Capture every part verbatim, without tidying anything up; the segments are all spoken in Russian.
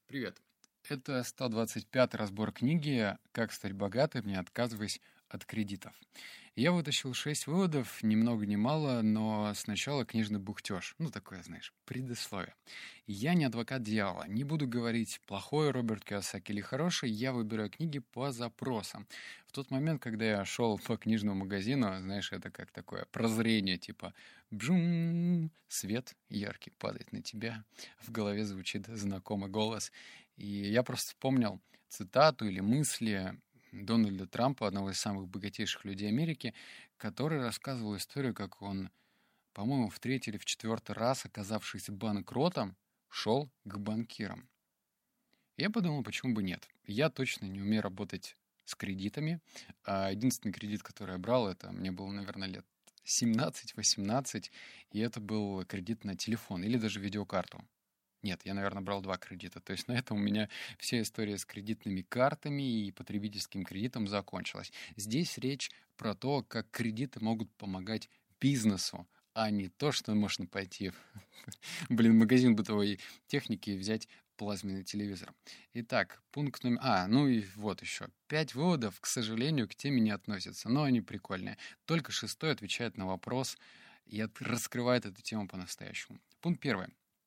Привет. Это сто двадцать пятый разбор книги «Как стать богатым, не отказываясь от кредитов». Я вытащил шесть выводов, ни много ни мало, но сначала книжный бухтеж. Ну, такое, знаешь, предисловие. Я не адвокат дьявола, не буду говорить, плохой Роберт Кийосаки или хороший, я выбираю книги по запросам. В тот момент, когда я шел по книжному магазину, знаешь, это как такое прозрение, типа бжум, свет яркий падает на тебя, в голове звучит знакомый голос. И я просто вспомнил цитату или мысли Дональда Трампа, одного из самых богатейших людей Америки, который рассказывал историю, как он, по-моему, в третий или в четвертый раз, оказавшись банкротом, шел к банкирам. Я подумал, почему бы нет. Я точно не умею работать с кредитами. А единственный кредит, который я брал, это мне было, наверное, лет семнадцать-восемнадцать, и это был кредит на телефон или даже видеокарту. Нет, я, наверное, брал два кредита. То есть на этом у меня вся история с кредитными картами и потребительским кредитом закончилась. Здесь речь про то, как кредиты могут помогать бизнесу, а не то, что можно пойти в блин, магазин бытовой техники и взять плазменный телевизор. Итак, пункт номер... А, ну и вот еще. Пять выводов, к сожалению, к теме не относятся, но они прикольные. Только шестой отвечает на вопрос и от- раскрывает эту тему по-настоящему. Пункт первый.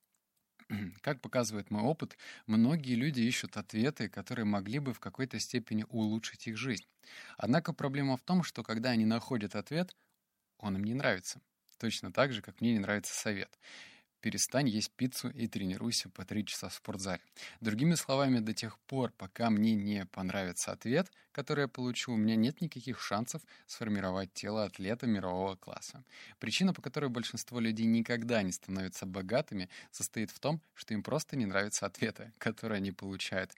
Как показывает мой опыт, многие люди ищут ответы, которые могли бы в какой-то степени улучшить их жизнь. Однако проблема в том, что когда они находят ответ, он им не нравится. Точно так же, как мне не нравится совет. Перестань есть пиццу и тренируйся по три часа в спортзале. Другими словами, до тех пор, пока мне не понравится ответ, который я получу, у меня нет никаких шансов сформировать тело атлета мирового класса. Причина, по которой большинство людей никогда не становятся богатыми, состоит в том, что им просто не нравятся ответы, которые они получают.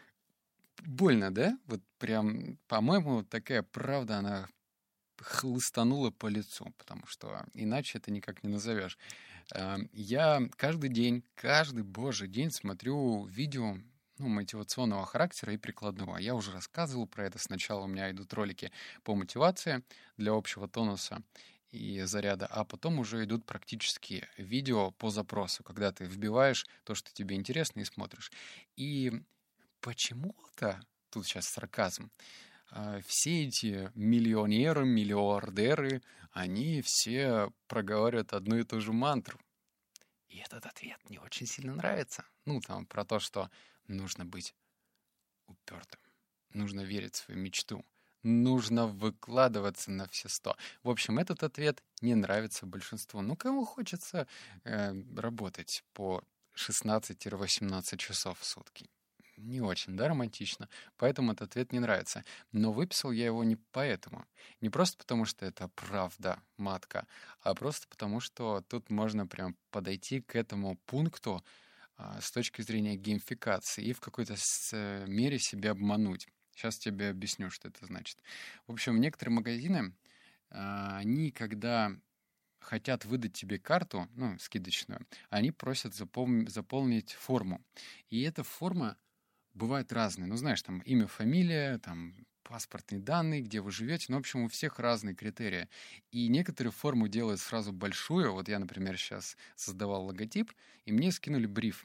Больно, да? Вот прям, по-моему, такая правда, она хлыстанула по лицу, потому что иначе это никак не назовешь. Э, Я каждый день, каждый божий день смотрю видео, ну, мотивационного характера и прикладного. Я уже рассказывал про это. Сначала у меня идут ролики по мотивации для общего тонуса и заряда, а потом уже идут практические видео по запросу, когда ты вбиваешь то, что тебе интересно, и смотришь. И почему-то, тут сейчас сарказм, а, все эти миллионеры, миллиардеры, они все проговаривают одну и ту же мантру. И этот ответ мне очень сильно нравится. Ну, там, про то, что нужно быть упертым, нужно верить в свою мечту, нужно выкладываться на все сто. В общем, этот ответ не нравится большинству. Ну, кому хочется э, работать по шестнадцать-восемнадцать часов в сутки? Не очень, да, романтично. Поэтому этот ответ не нравится. Но выписал я его не поэтому. Не просто потому, что это правда матка, а просто потому, что тут можно прям подойти к этому пункту а, с точки зрения геймификации и в какой-то с- э, мере себя обмануть. Сейчас тебе объясню, что это значит. В общем, некоторые магазины, а, они, когда хотят выдать тебе карту, ну, скидочную, они просят запом- заполнить форму. И эта форма бывают разные. Ну, знаешь, там имя, фамилия, там паспортные данные, где вы живете. Ну, в общем, у всех разные критерии. И некоторые форму делают сразу большую. Вот я, например, сейчас создавал логотип, и мне скинули бриф.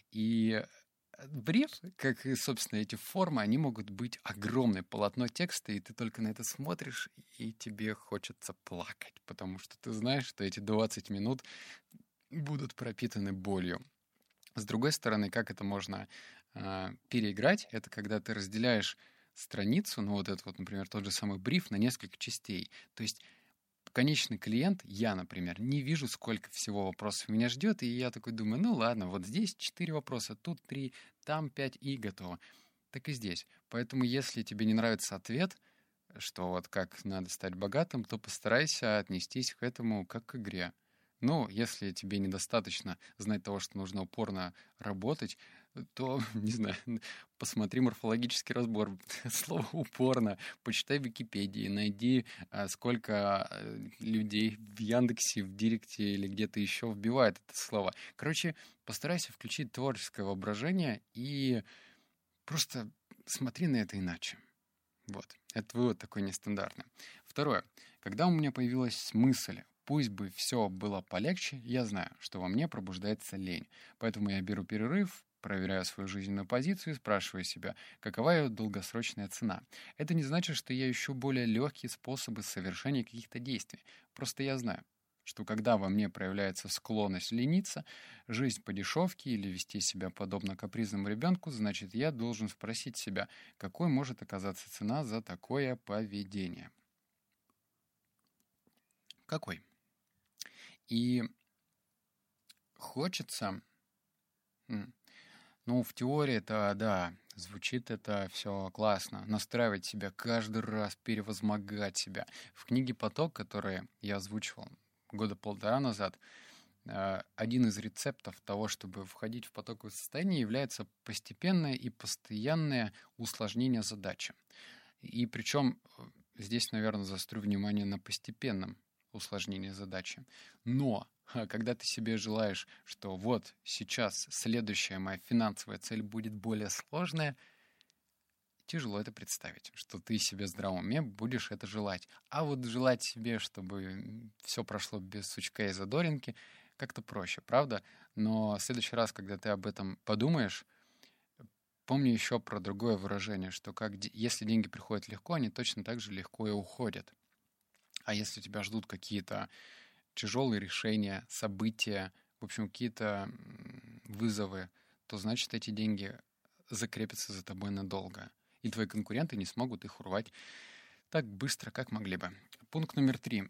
И э, бриф, как и, собственно, эти формы, они могут быть огромное полотно текста, и ты только на это смотришь, и тебе хочется плакать, потому что ты знаешь, что эти двадцать минут будут пропитаны болью. С другой стороны, как это можно а, переиграть, это когда ты разделяешь страницу, ну вот это вот, например, тот же самый бриф на несколько частей. То есть конечный клиент, я, например, не вижу, сколько всего вопросов меня ждет, и я такой думаю, ну ладно, вот здесь четыре вопроса, тут три, там пять и готово. Так и здесь. Поэтому, если тебе не нравится ответ, что вот как надо стать богатым, то постарайся отнестись к этому как к игре. Ну, если тебе недостаточно знать того, что нужно упорно работать, то, не знаю, посмотри морфологический разбор. Слово «упорно». Почитай в Википедии, найди, а, сколько а, людей в Яндексе, в Директе или где-то еще вбивает это слово. Короче, постарайся включить творческое воображение и просто смотри на это иначе. Вот. Это вывод такой нестандартный. Второе. Когда у меня появилась мысль, пусть бы все было полегче, я знаю, что во мне пробуждается лень. Поэтому я беру перерыв, проверяю свою жизненную позицию и спрашиваю себя, какова ее долгосрочная цена. Это не значит, что я ищу более легкие способы совершения каких-то действий. Просто я знаю, что когда во мне проявляется склонность лениться, жизнь по дешевке или вести себя подобно капризному ребенку, значит, я должен спросить себя, какой может оказаться цена за такое поведение. Какой? И хочется... Ну, в теории это, да, звучит это все классно. Настраивать себя каждый раз, перевозмогать себя. В книге «Поток», которую я озвучивал года полтора назад, один из рецептов того, чтобы входить в потоковое состояние, является постепенное и постоянное усложнение задачи. И причем здесь, наверное, заострю внимание на постепенном усложнении задачи. Но когда ты себе желаешь, что вот сейчас следующая моя финансовая цель будет более сложная, тяжело это представить, что ты себе в здравом уме будешь это желать. А вот желать себе, чтобы все прошло без сучка и задоринки, как-то проще, правда? Но в следующий раз, когда ты об этом подумаешь, помни еще про другое выражение, что как де- если деньги приходят легко, они точно так же легко и уходят. А если тебя ждут какие-то тяжелые решения, события, в общем, какие-то м, вызовы, то значит эти деньги закрепятся за тобой надолго. И твои конкуренты не смогут их урвать так быстро, как могли бы. Пункт номер три.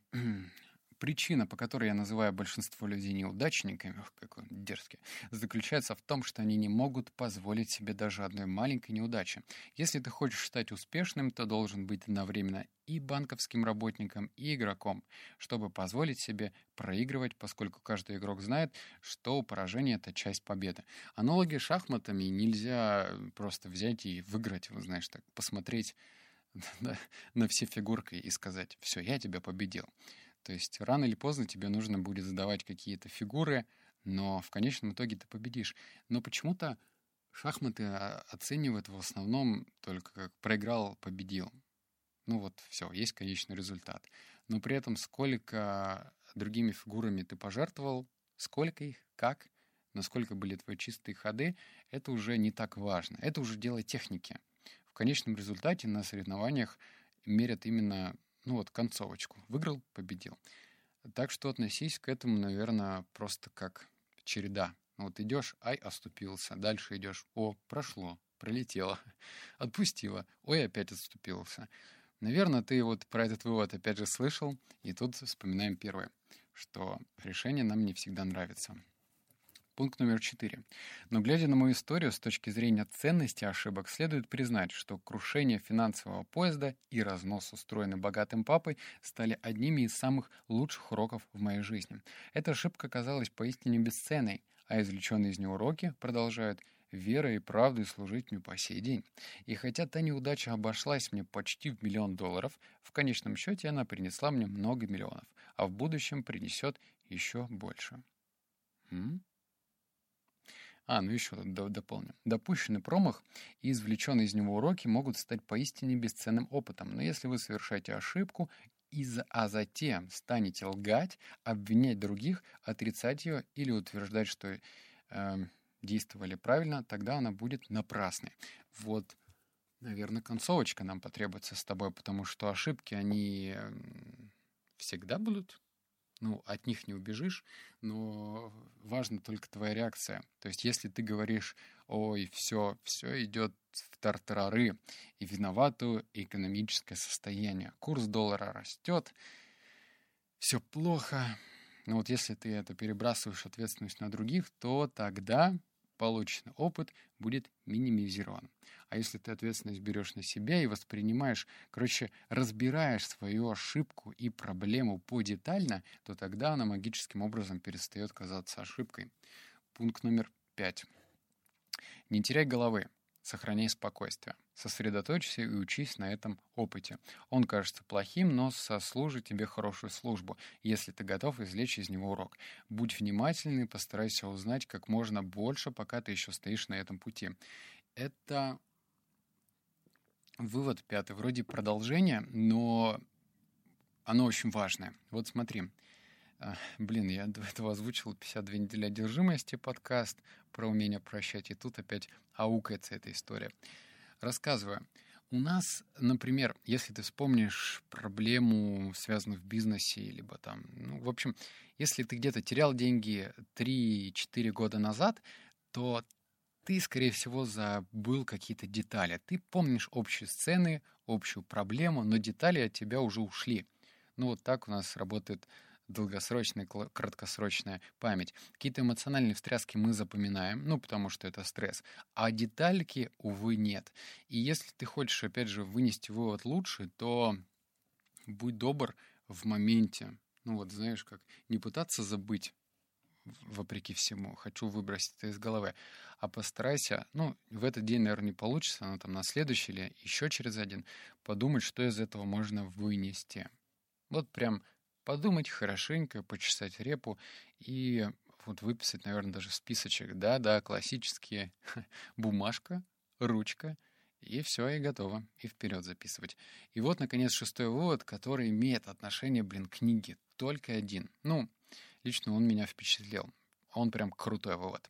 Причина, по которой я называю большинство людей неудачниками, ох, какой он дерзкий, заключается в том, что они не могут позволить себе даже одной маленькой неудачи. Если ты хочешь стать успешным, то должен быть одновременно и банковским работником, и игроком, чтобы позволить себе проигрывать, поскольку каждый игрок знает, что поражение — это часть победы. Аналогии с шахматами нельзя просто взять и выиграть, вы знаешь, так посмотреть на, на все фигурки и сказать: «Все, я тебя победил». То есть рано или поздно тебе нужно будет задавать какие-то фигуры, но в конечном итоге ты победишь. Но почему-то шахматы а, оценивают в основном только как проиграл, победил. Ну вот, все, есть конечный результат. Но при этом сколько другими фигурами ты пожертвовал, сколько их, как, насколько были твои чистые ходы, это уже не так важно. Это уже дело техники. В конечном результате на соревнованиях мерят именно, ну вот, концовочку. Выиграл, победил. Так что относись к этому, наверное, просто как череда. Вот идешь, ай, оступился. Дальше идешь, о, прошло, пролетело, отпустило, ой, опять отступился. Наверное, ты вот про этот вывод опять же слышал, и тут вспоминаем первое, что решение нам не всегда нравится. Пункт номер четыре. Но глядя на мою историю с точки зрения ценности ошибок, следует признать, что крушение финансового поезда и разнос, устроенный богатым папой, стали одними из самых лучших уроков в моей жизни. Эта ошибка казалась поистине бесценной, а извлеченные из нее уроки продолжают верой и правдой служить мне по сей день. И хотя та неудача обошлась мне почти в миллион долларов, в конечном счете она принесла мне много миллионов, а в будущем принесет еще больше. М? А, ну еще д- дополню. Допущенный промах и извлеченные из него уроки могут стать поистине бесценным опытом. Но если вы совершаете ошибку, и за- а затем станете лгать, обвинять других, отрицать ее или утверждать, что э, действовали правильно, тогда она будет напрасной. Вот, наверное, концовочка нам потребуется с тобой, потому что ошибки, они м, всегда будут. Ну, от них не убежишь, но важна только твоя реакция. То есть, если ты говоришь: ой, все, все идет в тартарары, и виновато экономическое состояние, курс доллара растет, все плохо. Но вот если ты это перебрасываешь ответственность на других, то тогда полученный опыт будет минимизирован. А если ты ответственность берешь на себя и воспринимаешь, короче, разбираешь свою ошибку и проблему подетально, то тогда она магическим образом перестает казаться ошибкой. Пункт номер пять. Не теряй головы. Сохраняй спокойствие. Сосредоточься и учись на этом опыте. Он кажется плохим, но сослужит тебе хорошую службу, если ты готов извлечь из него урок. Будь внимательный, постарайся узнать как можно больше, пока ты еще стоишь на этом пути. Это вывод пятый, вроде продолжение, но оно очень важное. Вот смотри, А, блин, я до этого озвучил пятьдесят две недели одержимости подкаст про умение прощать, и тут опять аукается эта история. Рассказываю. У нас, например, если ты вспомнишь проблему, связанную в бизнесе, либо там, ну, в общем, если ты где-то терял деньги три-четыре года назад, то ты, скорее всего, забыл какие-то детали. Ты помнишь общие сцены, общую проблему, но детали от тебя уже ушли. Ну, вот так у нас работает долгосрочная, кла- краткосрочная память. Какие-то эмоциональные встряски мы запоминаем, ну, потому что это стресс, а детальки, увы, нет. И если ты хочешь, опять же, вынести вывод лучше, то будь добр в моменте. Ну, вот знаешь, как не пытаться забыть, в- вопреки всему, хочу выбросить это из головы, а постарайся, ну, в этот день, наверное, не получится, но там на следующий или еще через один, подумать, что из этого можно вынести. Вот прям подумать хорошенько, почесать репу и вот выписать, наверное, даже списочек. Да-да, классические. Бумажка, ручка, и все, и готово. И вперед записывать. И вот, наконец, шестой вывод, который имеет отношение, блин, к книге. Только один. Ну, лично он меня впечатлил. Он прям крутой вывод.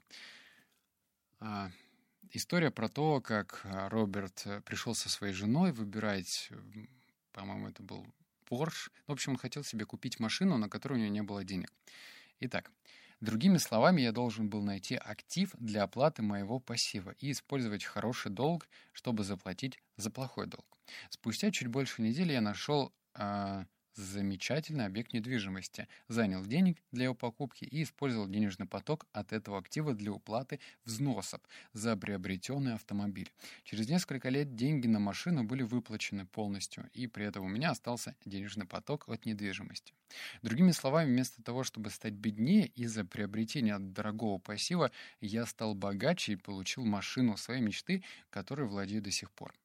А, история про то, как а, Роберт э, пришел со своей женой выбирать, м, по-моему, это был Порш. В общем, он хотел себе купить машину, на которую у него не было денег. Итак, другими словами, я должен был найти актив для оплаты моего пассива и использовать хороший долг, чтобы заплатить за плохой долг. Спустя чуть больше недели я нашел а, замечательный объект недвижимости, занял денег для его покупки и использовал денежный поток от этого актива для уплаты взносов за приобретенный автомобиль. Через несколько лет деньги на машину были выплачены полностью, и при этом у меня остался денежный поток от недвижимости. Другими словами, вместо того, чтобы стать беднее из-за приобретения дорогого пассива, я стал богаче и получил машину своей мечты, которой владею до сих пор.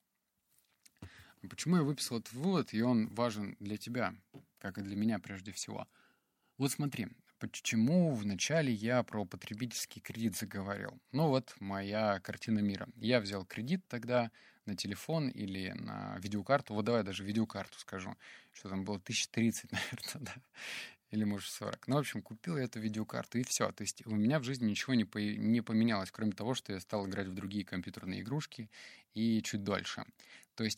Почему я выписал этот вывод, и он важен для тебя, как и для меня прежде всего? Вот смотри, почему вначале я про потребительский кредит заговорил? Ну вот моя картина мира. Я взял кредит тогда на телефон или на видеокарту. Вот давай даже видеокарту скажу, что там было тысяч тридцать, наверное, да. Или, может, сорок. Ну, в общем, купил я эту видеокарту, и все. То есть у меня в жизни ничего не, по- не поменялось, кроме того, что я стал играть в другие компьютерные игрушки и чуть дольше. То есть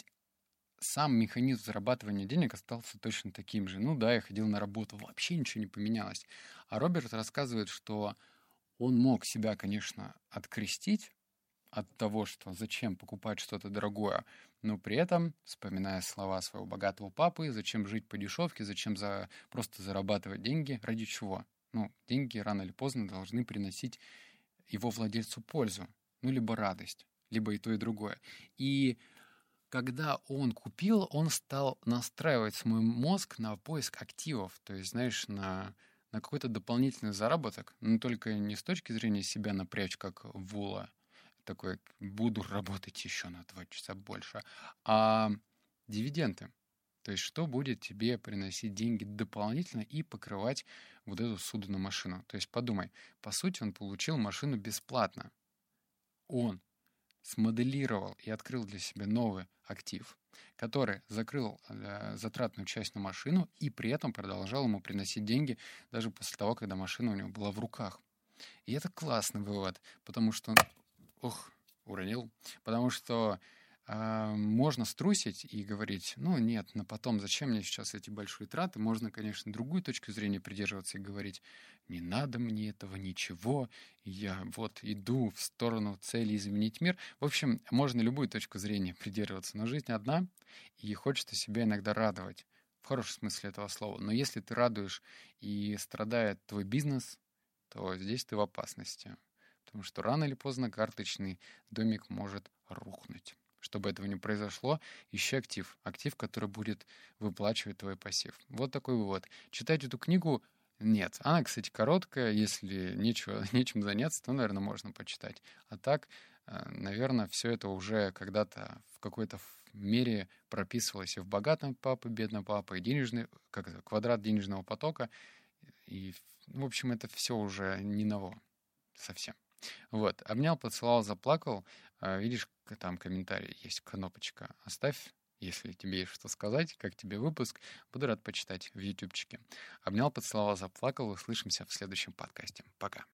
сам механизм зарабатывания денег остался точно таким же. Ну да, я ходил на работу, вообще ничего не поменялось. А Роберт рассказывает, что он мог себя, конечно, открестить от того, что зачем покупать что-то дорогое, но при этом, вспоминая слова своего богатого папы, зачем жить по дешевке, зачем за... просто зарабатывать деньги, ради чего? Ну, деньги рано или поздно должны приносить его владельцу пользу, ну, либо радость, либо и то, и другое. И когда он купил, он стал настраивать свой мозг на поиск активов, то есть, знаешь, на, на какой-то дополнительный заработок, но только не с точки зрения себя напрячь, как Вула, такой, буду работать еще на два часа больше, а дивиденды. То есть, что будет тебе приносить деньги дополнительно и покрывать вот эту суду на машину. То есть, подумай, по сути, он получил машину бесплатно. Он смоделировал и открыл для себя новый актив, который закрыл э, затратную часть на машину и при этом продолжал ему приносить деньги даже после того, когда машина у него была в руках. И это классный вывод, потому что... Ох, уронил. Потому что а, можно струсить и говорить, ну нет, на потом, зачем мне сейчас эти большие траты? Можно, конечно, другую точку зрения придерживаться и говорить, не надо мне этого ничего, я вот иду в сторону цели изменить мир. В общем, можно любую точку зрения придерживаться, но жизнь одна, и хочется себя иногда радовать. В хорошем смысле этого слова. Но если ты радуешь и страдает твой бизнес, то здесь ты в опасности. Потому что рано или поздно карточный домик может рухнуть. Чтобы этого не произошло, ищи актив. Актив, который будет выплачивать твой пассив. Вот такой вывод. Читать эту книгу нет. Она, кстати, короткая. Если нечего, нечем заняться, то, наверное, можно почитать. А так, наверное, все это уже когда-то в какой-то мере прописывалось и в «Богатом папе, бедном папе», и денежный, как это, «Квадрат денежного потока». И, в общем, это все уже не ново совсем. Вот, обнял, поцеловал, заплакал. А, видишь, там комментарий есть, кнопочка. Оставь Если тебе есть что сказать, как тебе выпуск, буду рад почитать в ютубчике. Обнял, поцеловал, заплакал. Услышимся в следующем подкасте. Пока.